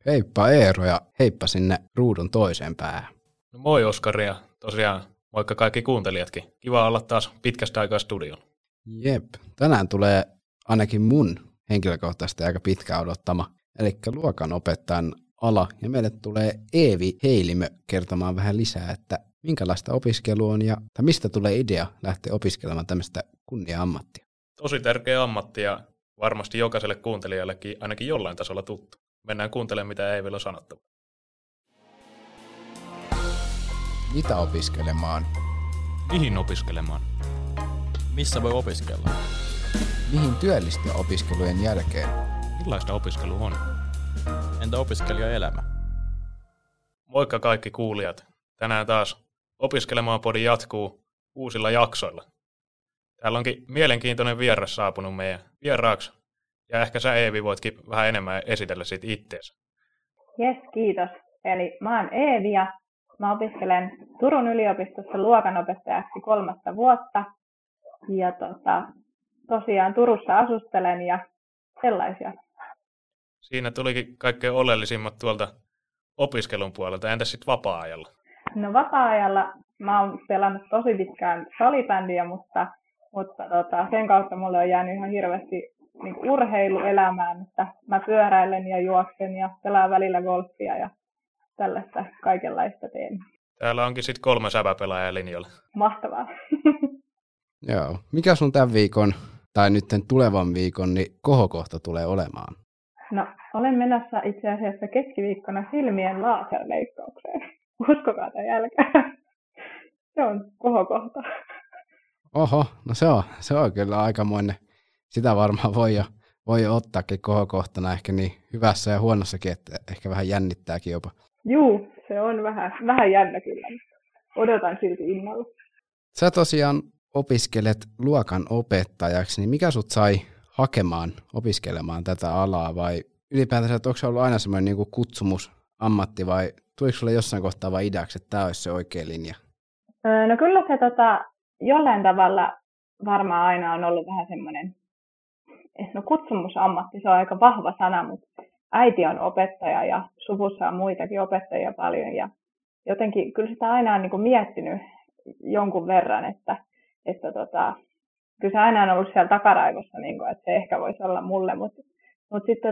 Heippa Eero ja heippa sinne ruudun toiseen päähän. No moi Oskari ja tosiaan moikka kaikki kuuntelijatkin. Kiva olla taas pitkästä aikaa studiolla. Jep, tänään tulee ainakin mun henkilökohtaisesti aika pitkä odottama, eli luokanopettajan ala, ja meille tulee Eevi Heilimö kertomaan vähän lisää, että minkälaista opiskelu on ja mistä tulee idea lähteä opiskelemaan tämmöistä kunnia-ammattia. Tosi tärkeä ammatti ja varmasti jokaiselle kuuntelijallekin ainakin jollain tasolla tuttu. Mennään kuuntelemaan, mitä Eevillä on sanottava. Mitä opiskelemaan? Mihin opiskelemaan? Missä voi opiskella? Mihin työllistyä opiskelujen jälkeen? Millaista opiskelu on? Entä opiskelijaelämä? Moikka kaikki kuulijat. Tänään taas Opiskelemaan podi jatkuu uusilla jaksoilla. Täällä onkin mielenkiintoinen vieras saapunut meidän vieraaksi. Ja ehkä sä Eevi voitkin vähän enemmän esitellä siitä itteensä. Jes, kiitos. Eli mä oon Eevi ja mä opiskelen Turun yliopistossa luokanopettajaksi 3 vuotta. Ja tosiaan Turussa asustelen ja sellaisia. Siinä tulikin kaikkein oleellisimmat tuolta opiskelun puolelta. Entäs sitten vapaa-ajalla? No vapaa-ajalla mä oon pelannut tosi pitkään salibändiä, mutta sen kautta mulle on jäänyt ihan hirveästi niin urheiluelämään, että mä pyöräilen ja juoksen ja pelaan välillä golfia ja tällaista kaikenlaista teen. Täällä onkin sitten 3 säpäpelaajaa linjoilla. Mahtavaa. Joo. Mikä sun tämän viikon tai nyt tulevan viikon niin kohokohta tulee olemaan? No, olen menossa itse asiassa keskiviikkona silmien laserleikkaukseen. Uskokaa tai älkää. Se on kohokohta. Oho, no se on kyllä aikamoinen. Sitä varmaan voi ottaakin kohokohtana ehkä niin hyvässä ja huonossakin, että ehkä vähän jännittääkin jopa. Juu, se on vähän jännä kyllä. Odotan silti innolla. Sä tosiaan opiskelet luokan opettajaksi, niin mikä sut sai hakemaan opiskelemaan tätä alaa vai ylipäätänsä, että onko se ollut aina semmoinen niin kuin kutsumusammatti vai tuliko sulle jossain kohtaa vaan ideaksi, että tämä olisi se oikea linja? No kyllä se jollain tavalla varmaan aina on ollut vähän semmoinen, no kutsumusammatti, se on aika vahva sana, mutta äiti on opettaja ja suvussa on muitakin opettajia paljon ja jotenkin kyllä sitä aina on niin kuin miettinyt jonkun verran, että kyllä se aina on ollut siellä takaraivossa, niin kuin, että se ehkä voisi olla mulle, mutta sitten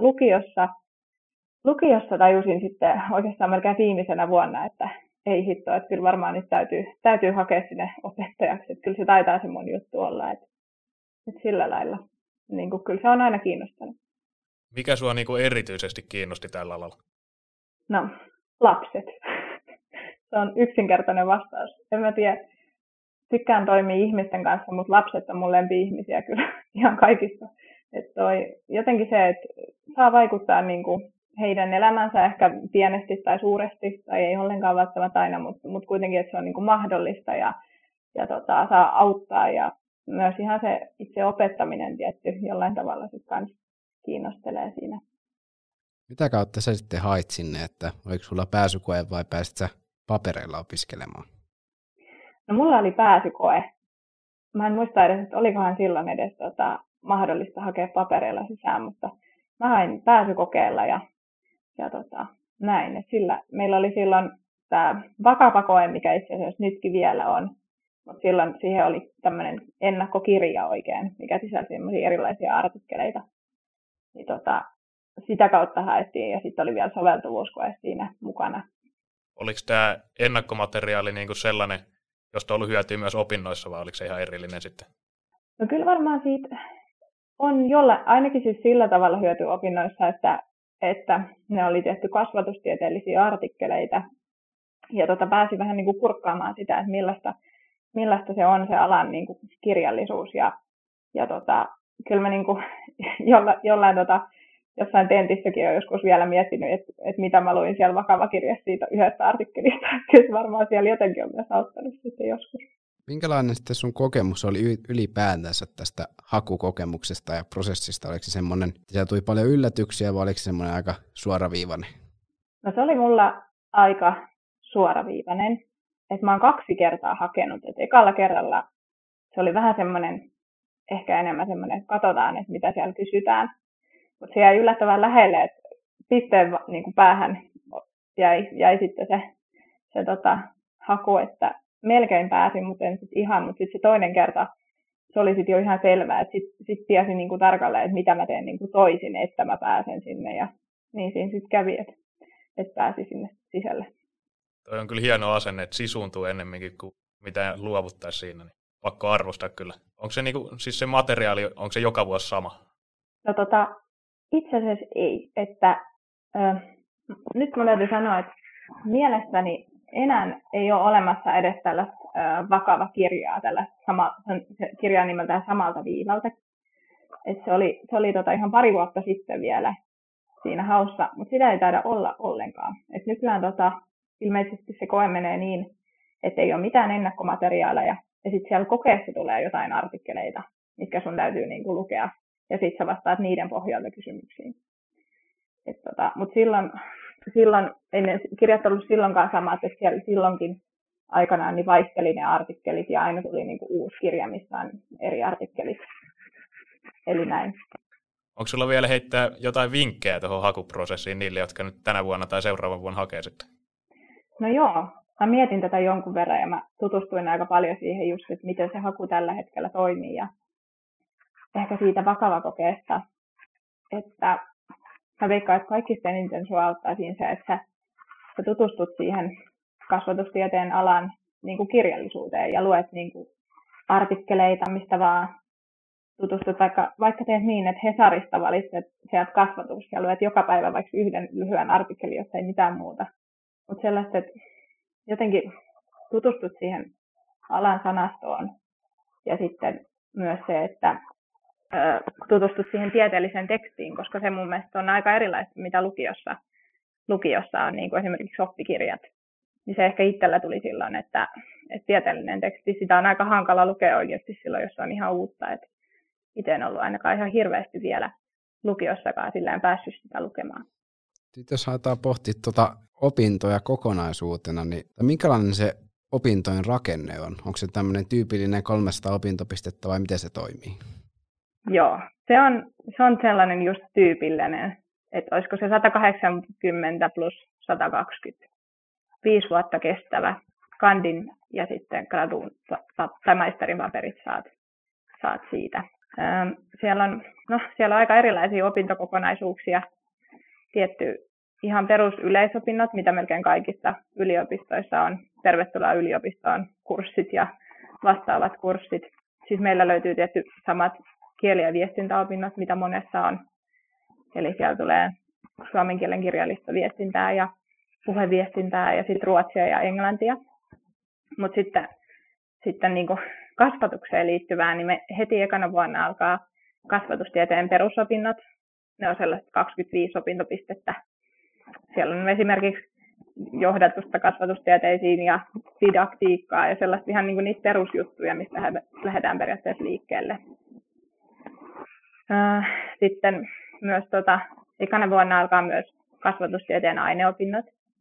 lukiossa tajusin sitten oikeastaan melkein viimeisenä vuonna, että ei hitto, että kyllä varmaan nyt täytyy hakea sinne opettajaksi, että kyllä se taitaa se mun juttu olla, että sillä lailla, niin kuin, kyllä se on aina kiinnostanut. Mikä sua niin kuin erityisesti kiinnosti tällä alalla? No, lapset. Se on yksinkertainen vastaus. En mä tiedä, tykkään toimia ihmisten kanssa, mutta lapset on mun lempi-ihmisiä kyllä ihan kaikista. Että jotenkin se, että saa vaikuttaa niin kuin heidän elämänsä ehkä pienesti tai suuresti, tai ei ollenkaan välttämättä aina, mutta kuitenkin, että se on niin kuin mahdollista ja saa auttaa. Ja myös ihan se itse opettaminen tietty jollain tavalla sitten kiinnostelee siinä. Mitä kautta sä sitten hait sinne, että oliko sulla pääsykoe vai pääsit sä papereilla opiskelemaan? No mulla oli pääsykoe. Mä en muista edes, että olikohan silloin edes mahdollista hakea papereilla sisään, mutta mä hain pääsykokeella ja näin. Et sillä, meillä oli silloin tämä vakava-koe, mikä itse asiassa nytkin vielä on, mutta silloin siihen oli tämmöinen ennakkokirja oikein, mikä sisälsi erilaisia artikkeleita. Niin sitä kautta haettiin ja sitten oli vielä soveltuvuuskoe siinä mukana. Oliko tämä ennakkomateriaali niin kuin sellainen, josta on ollut hyötyä myös opinnoissa, vai oliko se ihan erillinen sitten? No kyllä varmaan siitä on ainakin siis sillä tavalla hyötyä opinnoissa, että ne oli tehty kasvatustieteellisiä artikkeleita ja pääsi vähän niin kuin kurkkaamaan sitä, että millaista se on se alan niin kuin kirjallisuus ja kyllä mä niin kuin jossain tentissäkin olen joskus vielä miettinyt, että mitä mä luin siellä vakavakirjassa siitä yhdestä artikkelista. Kyllä varmaan siellä jotenkin on myös auttanut sitten joskus. Minkälainen sitten sun kokemus oli ylipäätänsä tästä hakukokemuksesta ja prosessista? Oliko se semmoinen, että siellä tuli paljon yllätyksiä vai oliko se semmoinen aika suoraviivainen? No se oli mulla aika suoraviivainen. Että mä oon 2 kertaa hakenut. Et ekalla kerralla se oli vähän semmoinen, ehkä enemmän semmoinen, että katsotaan, että mitä siellä kysytään. Mutta se jäi yllättävän lähelle, että pisteen niin kuin päähän jäi sitten se haku, että melkein pääsin, mutta en sitten ihan, mutta sitten se toinen kerta se oli sitten jo ihan selvää, että sitten tiesin niin kuin tarkalleen, että mitä mä teen niin kuin toisin, että mä pääsen sinne ja niin siinä sitten kävi, että pääsi sinne sisälle. Toi on kyllä hieno asenne, että sisuuntuu ennemminkin kuin mitä luovuttaisi siinä, niin pakko arvostaa kyllä. Onko se, niinku, siis se materiaali, onko se joka vuosi sama? No itse asiassa ei, että nyt mun täytyy sanoa, että mielestäni enää ei ole olemassa edes tällaista vakava kirjaa, se kirja nimeltään Samalta viivalta. Et se oli ihan pari vuotta sitten vielä siinä haussa, mutta sitä ei taida olla ollenkaan. Et nykyään ilmeisesti se koe menee niin, että ei ole mitään ennakkomateriaaleja, ja sitten siellä kokeessa tulee jotain artikkeleita, mitkä sun täytyy niinku lukea, ja sitten sä vastaat niiden pohjalta kysymyksiin. Mutta silloin, ei ne kirjat ollut silloinkaan samat, että siellä silloinkin aikanaan niin vaihteli ne artikkelit, ja aina tuli niinku uusi kirja, missä on eri artikkelit. Eli näin. Onko sulla vielä heittää jotain vinkkejä tuohon hakuprosessiin niille, jotka nyt tänä vuonna tai seuraavan vuonna hakee sitten? No joo, mä mietin tätä jonkun verran ja mä tutustuin aika paljon siihen just, että miten se haku tällä hetkellä toimii ja ehkä siitä vakavakokeesta, että mä veikkaan, että kaikista eniten sua auttaa siinä se, että sä tutustut siihen kasvatustieteen alan niin kuin kirjallisuuteen ja luet niin kuin artikkeleita, mistä vaan tutustut, vaikka teet niin, että Hesarista valitset sieltä kasvatus ja luet joka päivä vaikka yhden lyhyen artikkelin, jos ei mitään muuta. Mutta sellaista, että jotenkin tutustut siihen alan sanastoon ja sitten myös se, että tutustut siihen tieteelliseen tekstiin, koska se mun mielestä on aika erilaista, mitä lukiossa on niin kuin esimerkiksi oppikirjat. Niin se ehkä itsellä tuli silloin, että tieteellinen teksti, sitä on aika hankala lukea oikeasti silloin, jos on ihan uutta. Et itse en ollut ainakaan ihan hirveästi vielä lukiossakaan silleen päässyt sitä lukemaan. Sitten jos haetaan pohtia opintoja kokonaisuutena, niin minkälainen se opintojen rakenne on? Onko se tämmöinen tyypillinen 300 opintopistettä vai miten se toimii? Joo, se on sellainen just tyypillinen, että olisiko se 180 plus 120. 5 vuotta kestävä kandin ja sitten gradun tai maisterin paperit saat siitä. Siellä on aika erilaisia opintokokonaisuuksia. Tietty ihan perusyleisopinnot, mitä melkein kaikissa yliopistoissa on. Tervetuloa yliopistoon kurssit ja vastaavat kurssit. Siis meillä löytyy tietty samat kieli- ja viestintäopinnot, mitä monessa on. Eli siellä tulee suomen kielen kirjallista viestintää ja puheviestintää ja sitten ruotsia ja englantia. Mutta sitten niin kuin kasvatukseen liittyvää, niin me heti ekana vuonna alkaa kasvatustieteen perusopinnot. Ne on sellaiset 25 opintopistettä. Siellä on esimerkiksi johdatusta kasvatustieteisiin ja didaktiikkaa ja sellaista ihan niin kuin niitä perusjuttuja, mistä lähdetään periaatteessa liikkeelle. Sitten myös ekana vuonna alkaa myös kasvatustieteen aineopinnot.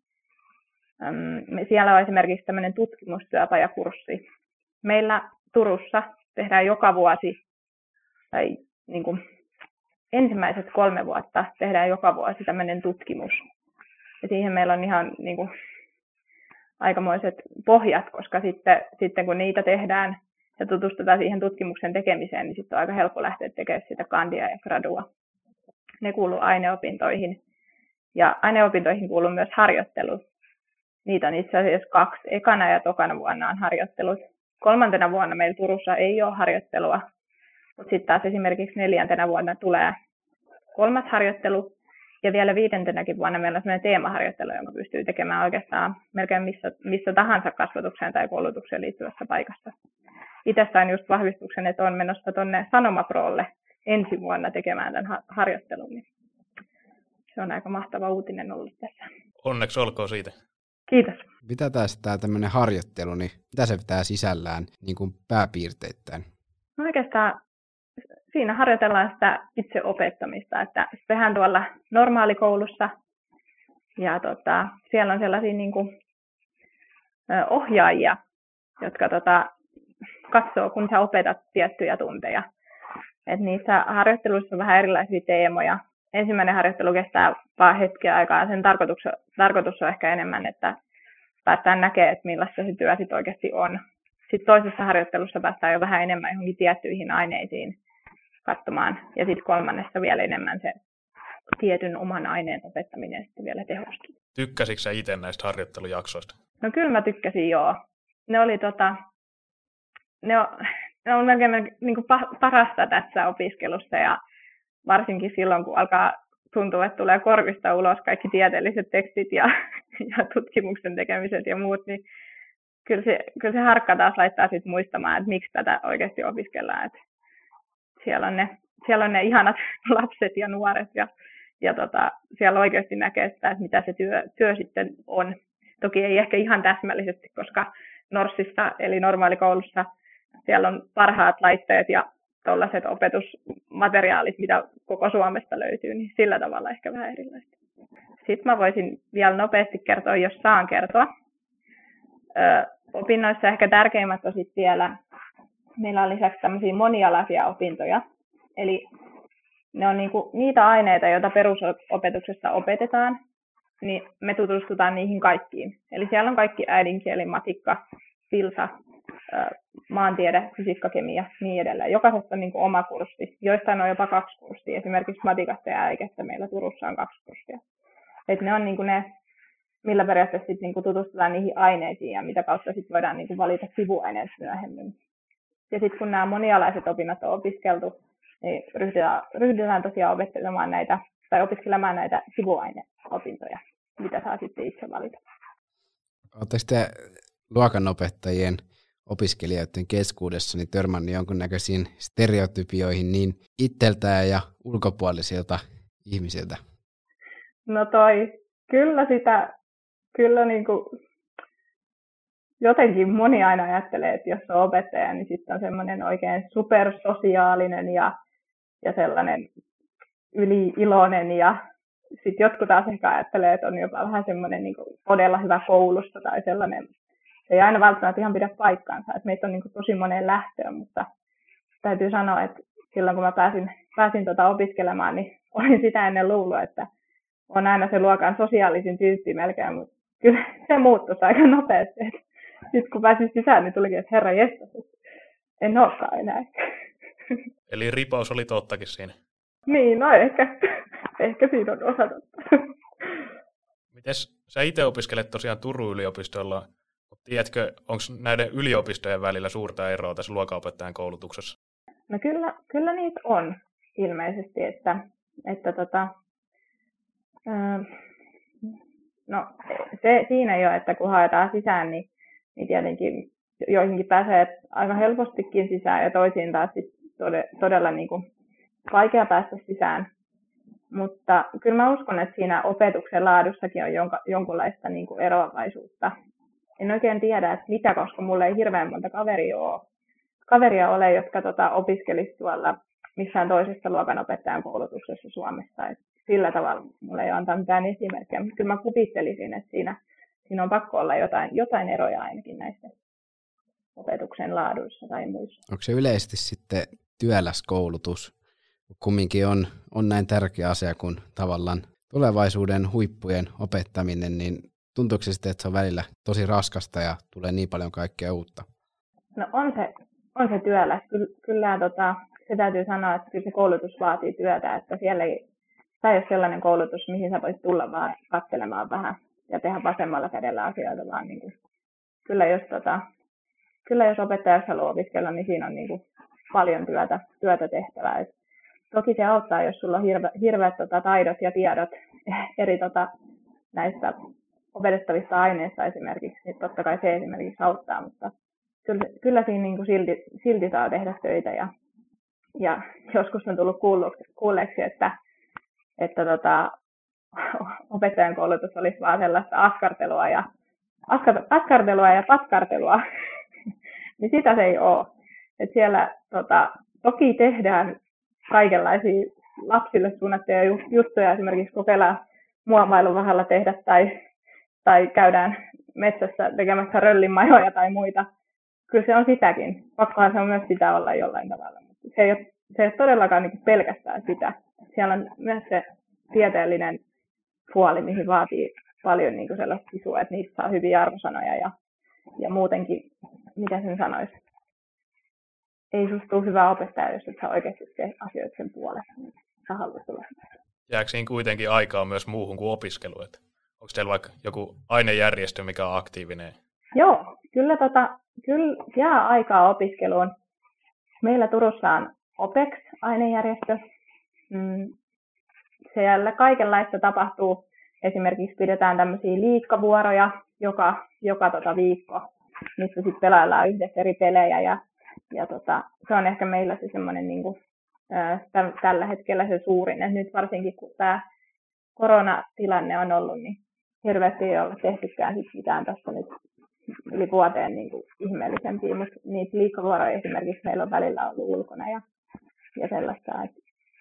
Siellä on esimerkiksi tämmöinen tutkimustyöpajakurssi. Meillä Turussa tehdään joka vuosi, tai niin kuin ensimmäiset 3 vuotta tehdään joka vuosi tämmöinen tutkimus. Ja siihen meillä on ihan niin kuin aikamoiset pohjat, koska sitten kun niitä tehdään ja tutustutaan siihen tutkimuksen tekemiseen, niin sitten on aika helppo lähteä tekemään sitä kandia ja gradua. Ne kuuluu aineopintoihin. Ja aineopintoihin kuuluu myös harjoittelut. Niitä on itse asiassa 2. Ekana ja tokana vuonna on harjoittelut. 3. vuonna meillä Turussa ei ole harjoittelua. Mutta sitten taas esimerkiksi 4. vuonna tulee 3. harjoittelu. Ja vielä 5. vuonna meillä on sellainen teemaharjoittelu, jonka pystyy tekemään oikeastaan melkein missä tahansa kasvatukseen tai koulutukseen liittyvässä paikassa. Itse sain just vahvistuksen, että olen menossa tuonne Sanomaprolle ensi vuonna tekemään tämän harjoittelun. Se on aika mahtava uutinen ollut tässä. Onneksi olkoon siitä. Kiitos. Mitä tämä tämmöinen harjoittelu, niin mitä se pitää sisällään niin kuin pääpiirteittäin? No oikeastaan siinä harjoitellaan sitä itse opettamista, että tehdään tuolla normaalikoulussa ja siellä on sellaisia niin kuin ohjaajia, jotka katsoo, kun sä opetat tiettyjä tunteja. Et niissä harjoitteluissa on vähän erilaisia teemoja. ensimmäinen harjoittelu kestää vaan hetken aikaa. Sen tarkoitus on ehkä enemmän, että päästään näkemään, että millaista se työ sitten oikeasti on. Sitten toisessa harjoittelussa päästään jo vähän enemmän johonkin tiettyihin aineisiin katsomaan. Ja sitten kolmannessa vielä enemmän se tietyn oman aineen opettaminen sitten vielä tehostuu. Tykkäsitkö sä itse näistä harjoittelujaksoista? No kyllä mä tykkäsin, joo. Ne oli ne on melkein niin kuin parasta tässä opiskelussa ja varsinkin silloin, kun alkaa tuntua, että tulee korvista ulos kaikki tieteelliset tekstit ja tutkimuksen tekemiset ja muut, niin kyllä se harkka taas laittaa sit muistamaan, että miksi tätä oikeasti opiskellaan. Että siellä on ne ihanat lapset ja nuoret ja siellä oikeasti näkee sitä, että mitä se työ sitten on. Toki ei ehkä ihan täsmällisesti, koska Norssissa eli normaalikoulussa siellä on parhaat laitteet ja tuollaiset opetusmateriaalit, mitä koko Suomesta löytyy, niin sillä tavalla ehkä vähän erilaista. Sitten mä voisin vielä nopeasti kertoa, jos saan kertoa. Opinnoissa ehkä tärkeimmät on sitten vielä, meillä on lisäksi tämmöisiä monialaisia opintoja. Eli ne on niinku niitä aineita, joita perusopetuksessa opetetaan, niin me tutustutaan niihin kaikkiin. Eli siellä on kaikki äidinkieli, matikka, filsa, maantiede, fysiikka, kemia, niin edelleen. Jokaisesta on niin kuin oma kurssi. Joistain on jopa 2 kurssia. Esimerkiksi matikasta ja äikestä meillä Turussa on 2 kurssia. Et ne on niin kuin ne, millä periaatteessa sit niin kuin tutustutaan niihin aineisiin ja mitä kautta sit voidaan niin kuin valita sivuaineet myöhemmin. Ja sitten kun nämä monialaiset opinnot on opiskeltu, niin ryhdytään tosiaan opiskelemaan näitä sivuaineopintoja, mitä saa sitten itse valita. Oletteko te luokanopettajien opiskelijoiden keskuudessa niin törmännyt jonkunnäköisiin stereotypioihin niin itseltään ja ulkopuolisilta ihmisiltä? No kyllä niinku, jotenkin moni aina ajattelee, että jos on opettaja, niin sitten on semmoinen oikein supersosiaalinen ja sellainen yli-iloinen ja sitten jotkut taas ehkä ajattelee, että on jopa vähän semmoinen niinku todella hyvä koulussa tai sellainen. Se ei aina välttämättä ihan pidä paikkaansa, että meitä on niin kuin tosi moneen lähtöön, mutta täytyy sanoa, että silloin kun mä pääsin opiskelemaan, niin olin sitä ennen luullut, että on aina se luokan sosiaalisin tyyppi melkein, mutta kyllä se muuttui aika nopeasti. Sitten kun pääsin sisään, niin tulikin, että herra jestas, en olekaan enää. Eli ripaus oli tottakin siinä. Niin, no ehkä siinä on osa totta. Mites sä itse opiskelet tosiaan Turun yliopistolla? Tiedätkö, onko näiden yliopistojen välillä suurta eroa tässä luokanopettajan koulutuksessa? No kyllä niitä on ilmeisesti, että no se siinä jo, että kun haetaan sisään, niin tietenkin joihinkin pääsee aika helpostikin sisään ja toisiin taas todella niin kuin vaikea päästä sisään. Mutta kyllä mä uskon, että siinä opetuksen laadussakin on jonkunlaista niin kuin eroavaisuutta. En oikein tiedä, että mitä, koska mulla ei hirveän monta kaveria ole, jotka opiskelisivat tuolla missään toisessa luokanopettajan koulutuksessa Suomessa. Et sillä tavalla mulla ei ole antaa mitään esimerkkejä, mutta kyllä mä kuvittelisin, että siinä on pakko olla jotain eroja ainakin näissä opetuksen laaduissa tai muissa. Onko se yleisesti sitten työläs koulutus? Kumminkin on näin tärkeä asia kuin tavallaan tulevaisuuden huippujen opettaminen, niin tuntuuko se sitten, että se on välillä tosi raskasta ja tulee niin paljon kaikkea uutta? No on se työläs. Kyllä se täytyy sanoa, että kyllä se koulutus vaatii työtä, että siellä ei ole sellainen koulutus, mihin sä voit tulla vaan katselemaan vähän ja tehdä vasemmalla kädellä asioita, vaan niin kuin, kyllä jos opettaja haluaa opiskella, niin siinä on niin kuin paljon työtä tehtävää. Et toki se auttaa, jos sulla on hirveät taidot ja tiedot eri näistä opetettavista aineista esimerkiksi, niin totta kai se esimerkiksi auttaa, mutta kyllä siinä niin kuin silti saa tehdä töitä ja joskus on tullut kuulleeksi, että opettajan koulutus olisi vaan sellaista askartelua ja paskartelua, niin sitä se ei ole. Et siellä toki tehdään kaikenlaisia lapsille suunnattuja juttuja, esimerkiksi kokeillaan muovailuvähällä tehdä tai käydään metsässä tekemässä röllinmajoja tai muita. Kyllä se on sitäkin. Pakkohan se on myös sitä olla jollain tavalla. Se ei ole todellakaan niin pelkästään sitä. Siellä on myös se tieteellinen puoli, mihin vaatii paljon niin kuin sellaista sisua, että niistä saa hyviä arvosanoja ja muutenkin, mitä sen sanoisi. Ei susta tule hyvä opettaja, jos et sä oikeasti tee asioita sen puolesta, niin sä haluat tulla. Jääkö siinä kuitenkin aikaa myös muuhun kuin opiskeluun? Onko teillä vaikka joku ainejärjestö, mikä on aktiivinen? Joo, kyllä jää aikaa opiskeluun. Meillä Turussa on OPEX-ainejärjestö. Siellä kaikenlaista tapahtuu. Esimerkiksi pidetään tämmöisiä liikkavuoroja joka viikko, missä sitten pelaillaan yhdessä eri pelejä. Ja se on ehkä meillä se semmoinen niin kuin, tällä hetkellä se suurin. Et nyt varsinkin kun tämä koronatilanne on ollut, niin hirveästi ei ole tehtykään mitään tässä nyt yli vuoteen niin kuin ihmeellisempiä, mutta niitä liikkavuoroja esimerkiksi meillä on välillä ollut ulkona ja sellaista. Et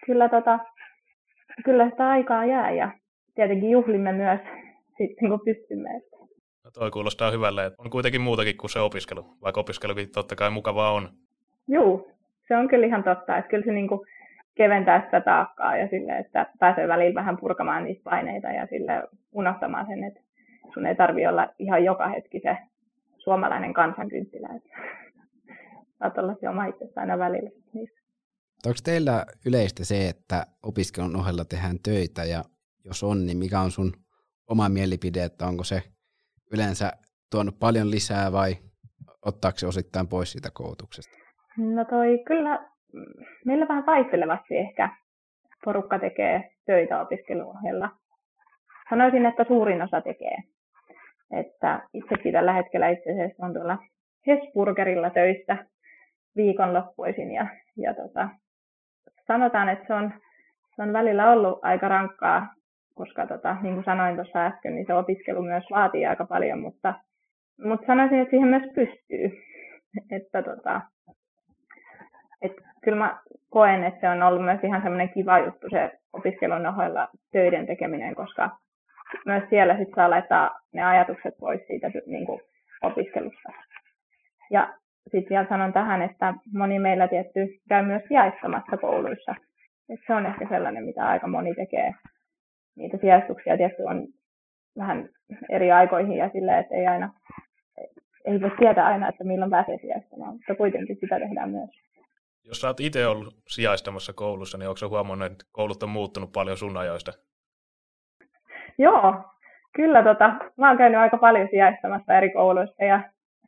kyllä sitä aikaa jää ja tietenkin juhlimme myös sitten kun pystymme. No toi kuulostaa hyvälle, että on kuitenkin muutakin kuin se opiskelu, vaikka opiskelukin totta kai mukavaa on. Joo, se on kyllä ihan totta, että kyllä se niin kuin keventää sitä taakkaa ja sille, että pääsee välillä vähän purkamaan niistä paineita ja sille unohtamaan sen, että sun ei tarvitse olla ihan joka hetki se suomalainen kansankynttilä. Saat olla se oma itsesi aina välillä. Onko teillä yleistä se, että opiskelun ohella tehdään töitä ja jos on, niin mikä on sun oma mielipide, että onko se yleensä tuonut paljon lisää vai ottaako se osittain pois siitä koulutuksesta? No kyllä, meillä vähän vaihtelevasti ehkä porukka tekee töitä opiskelun ohella. Sanoisin, että suurin osa tekee. Että itsekin tällä hetkellä itse asiassa on tuolla Hesburgerilla töissä viikonloppuisin ja sanotaan, että se on välillä ollut aika rankkaa, koska niin kuin sanoin tuossa äsken, niin se opiskelu myös vaatii aika paljon, mutta sanoisin, että siihen myös pystyy. Että kyllä mä koen, että se on ollut myös ihan semmoinen kiva juttu se opiskelun ohella töiden tekeminen, koska myös siellä sit saa laittaa ne ajatukset pois siitä niin kuin opiskelusta. Ja sitten vielä sanon tähän, että moni meillä tietty käy myös sijaistamassa kouluissa. Et se on ehkä sellainen, mitä aika moni tekee. Niitä sijaistuksia tietty on vähän eri aikoihin ja silleen, että ei voi tietää aina, että milloin pääsee sijaistamaan, mutta kuitenkin sitä tehdään myös. Jos sä oot itse ollut sijaistamassa koulussa, niin onko sä huomannut, että koulut on muuttunut paljon sun ajoista? Joo, kyllä mä oon käynyt aika paljon sijaistamassa eri kouluista ja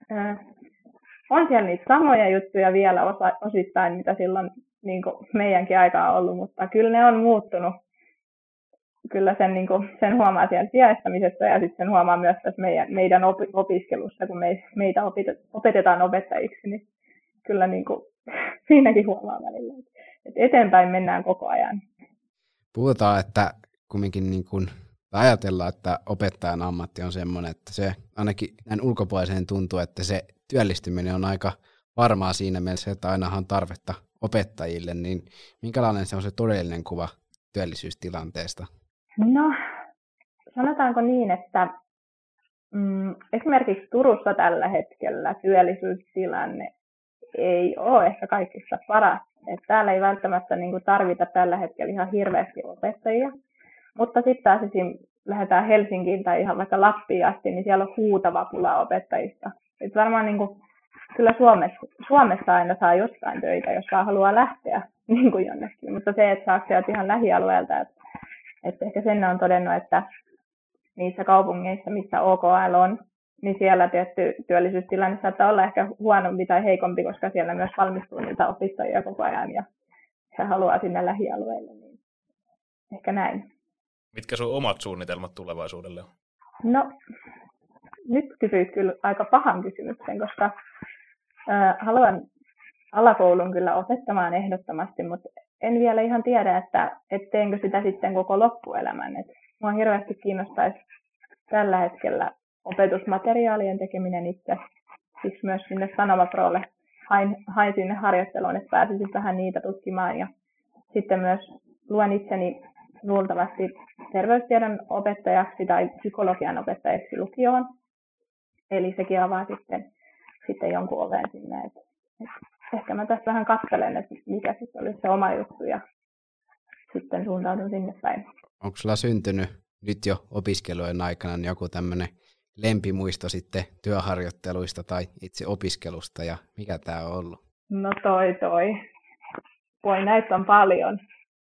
on siellä niitä samoja juttuja vielä osittain, mitä silloin niin kuin meidänkin aikaa on ollut, mutta kyllä ne on muuttunut. Kyllä sen huomaa siellä sijaistamisessa ja sitten sen huomaa myös tässä meidän opiskelussa, kun meitä opetetaan opettajiksi, niin kyllä niin kuin, siinäkin huomaa välillä, että eteenpäin mennään koko ajan. Puhutaan, että kumminkin niin kuin ajatellaan, että opettajan ammatti on semmoinen, että se ainakin näin ulkopuoliseen tuntuu, että se työllistyminen on aika varmaa siinä mielessä, että ainahan on tarvetta opettajille, niin minkälainen se on se todellinen kuva työllisyystilanteesta? No, sanotaanko niin, että esimerkiksi Turussa tällä hetkellä työllisyystilanne ei ole ehkä kaikista paras. Että täällä ei välttämättä niin kuin tarvita tällä hetkellä ihan hirveästi opettajia, mutta sitten taas lähdetään Helsinkiin tai ihan vaikka Lappiin asti, niin siellä on huutava pula opettajista. Et varmaan niin kuin, kyllä Suomessa aina saa jostain töitä, jos vaan haluaa lähteä niin kuin jonnekin, mutta se, että saa sieltä ihan lähialueelta, että ehkä sen on todennut, että niissä kaupungeissa, missä OKL on, niin siellä tietty työllisyystilanne saattaa olla ehkä huonompi tai heikompi, koska siellä myös valmistuu niitä opettajia koko ajan ja se haluaa sinne lähialueille, niin ehkä näin. Mitkä sun omat suunnitelmat tulevaisuudelle on? No, nyt kysyit kyllä aika pahan kysymyksen, koska haluan alakoulun kyllä opettamaan ehdottomasti, mutta en vielä ihan tiedä, että teenkö sitä sitten koko loppuelämän. Minua hirveästi kiinnostaisi tällä hetkellä opetusmateriaalien tekeminen itse. Siksi myös sinne Sanomaprolle hain sinne harjoitteluun, että pääsisin vähän niitä tutkimaan. Ja sitten myös luen itseni luultavasti terveystiedon opettajaksi tai psykologian opettajaksi lukioon. Eli sekin avaa sitten jonkun oven sinne. Ehkä mä tässä vähän katselen, että mikä sitten olisi se oma juttu ja sitten suuntaudun sinne päin. Onko sulla syntynyt nyt jo opiskelujen aikana niin joku tämmöinen lempimuisto sitten työharjoitteluista tai itse opiskelusta ja mikä tämä on ollut? No toi. Voi näitä on paljon.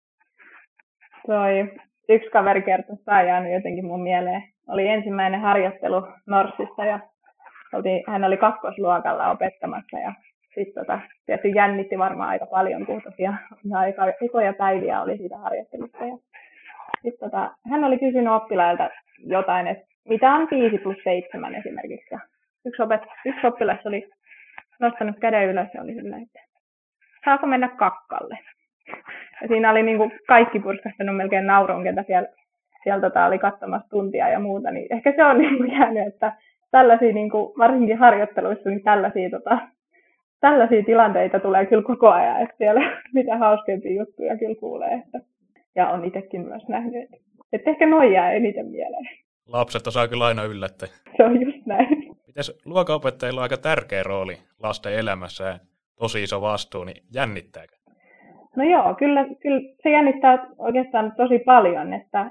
Yksi kaveri kertoi, tämä on jäänyt jotenkin mun mieleen. Oli ensimmäinen harjoittelu Norssissa ja hän oli kakkosluokalla opettamassa ja sitten tietysti jännitti varmaan aika paljon, kun tosiaan ekoja päiviä oli siitä harjoittelusta. Ja sitten hän oli kysynyt oppilailta jotain, että mitä on 5+7 esimerkiksi. Ja yksi oppilas oli nostanut käden ylös ja oli sillä, että saako mennä kakkalle? Ja siinä oli niin kuin kaikki purskastanut melkein nauruun, ketä siellä oli katsomassa tuntia ja muuta. Niin ehkä se on niin kuin jäänyt, että tällaisia, niin kuin, varsinkin harjoitteluissa, niin tällaisia tilanteita tulee kyllä koko ajan. Että siellä mitä hauskempia juttuja kyllä kuulee. Ja on itsekin myös nähnyt, että ehkä noi jää eniten mieleen. Lapset osaa kyllä aina yllättää. Se on just näin. Mites luokanopettajilla on aika tärkeä rooli lasten elämässä ja tosi iso vastuu, niin jännittääkö? No joo, kyllä se jännittää oikeastaan tosi paljon, että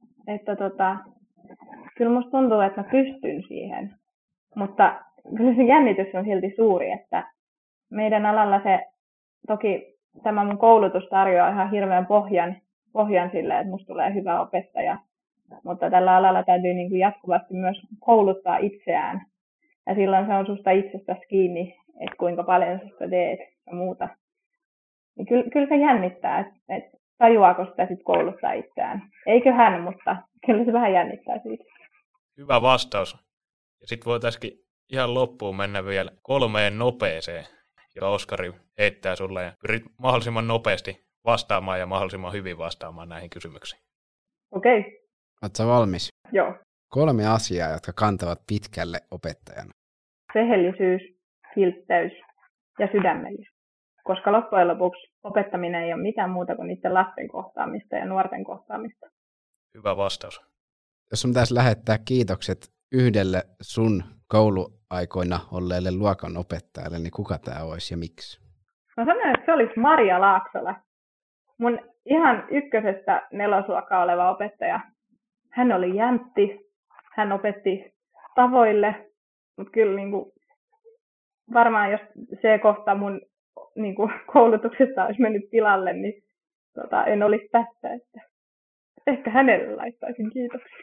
kyllä musta tuntuu, että mä pystyn siihen. Mutta kyllä se jännitys on silti suuri, että meidän alalla toki tämä mun koulutus tarjoaa ihan hirveän pohjan sille, että musta tulee hyvä opettaja. Mutta tällä alalla täytyy niin kuin jatkuvasti myös kouluttaa itseään. Ja silloin se on susta itsestäsi kiinni, että kuinka paljon sä teet ja muuta. Niin kyllä se jännittää, että tajuaako sitä sitten kouluttaa itseään. Eiköhän, mutta kyllä se vähän jännittää siitä. Hyvä vastaus. Ja sitten voitaisiin ihan loppuun mennä vielä 3 nopeeseen, joka Oskari heittää sulle. Ja pyrit mahdollisimman nopeasti vastaamaan ja mahdollisimman hyvin vastaamaan näihin kysymyksiin. Okei. Oletko valmis? Joo. 3 asiaa, jotka kantavat pitkälle opettajana. Rehellisyys, kiltteys ja sydämellisyys. Koska loppujen lopuksi opettaminen ei ole mitään muuta kuin niiden lasten kohtaamista ja nuorten kohtaamista. Hyvä vastaus. Jos sun pitäisi lähettää kiitokset yhdelle sun kouluaikoina olleelle luokanopettajalle, niin kuka tämä olisi ja miksi? Mä sanoin, että se olisi Maria Laaksola. Mun ihan ykkösestä 4. oleva opettaja. Hän oli jämpti, hän opetti tavoille, mutta kyllä niin kuin, varmaan jos se kohta mun niin kuin, koulutuksesta olisi mennyt pilalle, niin en olisi tässä. Että ehkä hänelle laittaisin kiitoksia.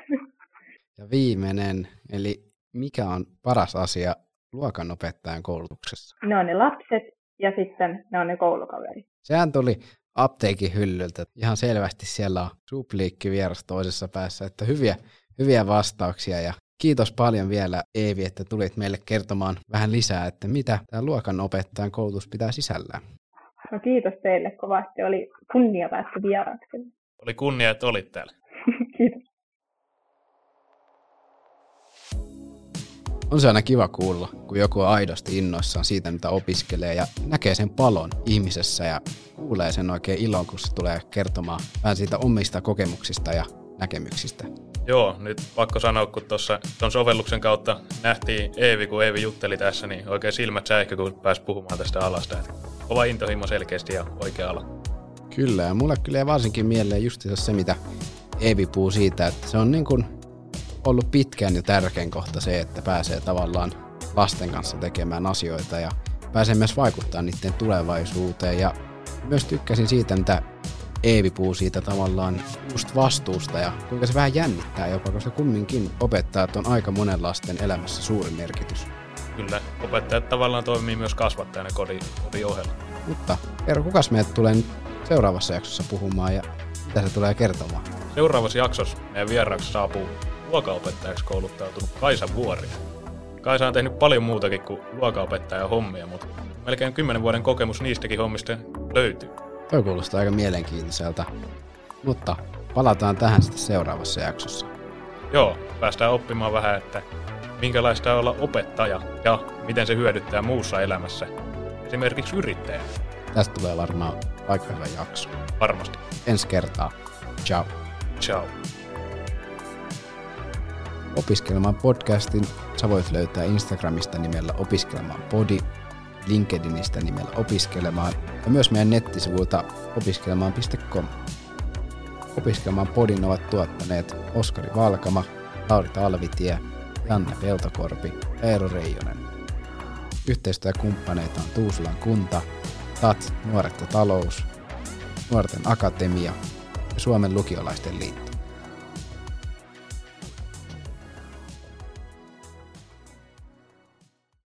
Ja viimeinen, eli mikä on paras asia luokanopettajan koulutuksessa? Ne on ne lapset ja sitten ne on ne koulukaverit. Sehän tuli apteekin hyllyltä. Ihan selvästi siellä on supliikki vieras toisessa päässä, että hyviä vastauksia ja kiitos paljon vielä Eevi, että tulit meille kertomaan vähän lisää, että mitä tämä luokanopettajan koulutus pitää sisällään. No kiitos teille kovasti, oli kunnia päästä vieraaksi. Oli kunnia, että olit täällä. Kiitos. On se aina kiva kuulla, kun joku on aidosti innoissaan siitä, mitä opiskelee ja näkee sen palon ihmisessä ja kuulee sen oikein ilon, kun se tulee kertomaan vähän siitä omista kokemuksista ja näkemyksistä. Joo, nyt pakko sanoa, kun tuossa ton sovelluksen kautta nähtiin Eevi, kun Eevi jutteli tässä, niin oikein silmät säihkö, kun pääsi puhumaan tästä alasta. Et kova intohimo selkeästi ja oikea ala. Kyllä, ja mulle kyllä varsinkin mieleen just se, mitä Eevi puhuu siitä, että se on niin kuin ollut pitkään jo tärkein kohta se, että pääsee tavallaan lasten kanssa tekemään asioita ja pääsee myös vaikuttaa niiden tulevaisuuteen. Ja myös tykkäsin siitä, mitä Eevi puhuu siitä tavallaan just vastuusta ja kuinka se vähän jännittää jopa, koska kumminkin opettajat on aika monen lasten elämässä suuri merkitys. Kyllä, opettajat tavallaan toimii myös kasvattajana kodin ohella. Mutta Eero, kukas meidät tulee nyt seuraavassa jaksossa puhumaan ja mitä se tulee kertomaan? Seuraavassa jaksossa meidän vieraaksi saapuu luokanopettajaksi kouluttautunut Kaisa Vuori. Kaisa on tehnyt paljon muutakin kuin luokanopettajan hommia, mutta melkein 10 vuoden kokemus niistäkin hommista löytyy. Toi kuulostaa aika mielenkiintoiselta, mutta palataan tähän sitten seuraavassa jaksossa. Joo, päästään oppimaan vähän, että minkälaista on olla opettaja ja miten se hyödyttää muussa elämässä, esimerkiksi yrittäjä. Tästä tulee varmaan aika hyvä jakso. Varmasti. Ensi kertaa. Ciao. Ciao. Opiskelemaan podcastin sä voit löytää Instagramista nimellä Opiskelemaan Podi, LinkedInistä nimellä Opiskelemaan ja myös meidän nettisivuilta opiskelemaan.com. Opiskelemaan podin ovat tuottaneet Oskari Valkama, Lauri Talvitie, Janne Peltokorpi ja Eero Reijonen. Yhteistyökumppaneita on Tuusulan kunta, TAT, Nuoret ja talous, Nuorten akatemia ja Suomen lukiolaisten liitto.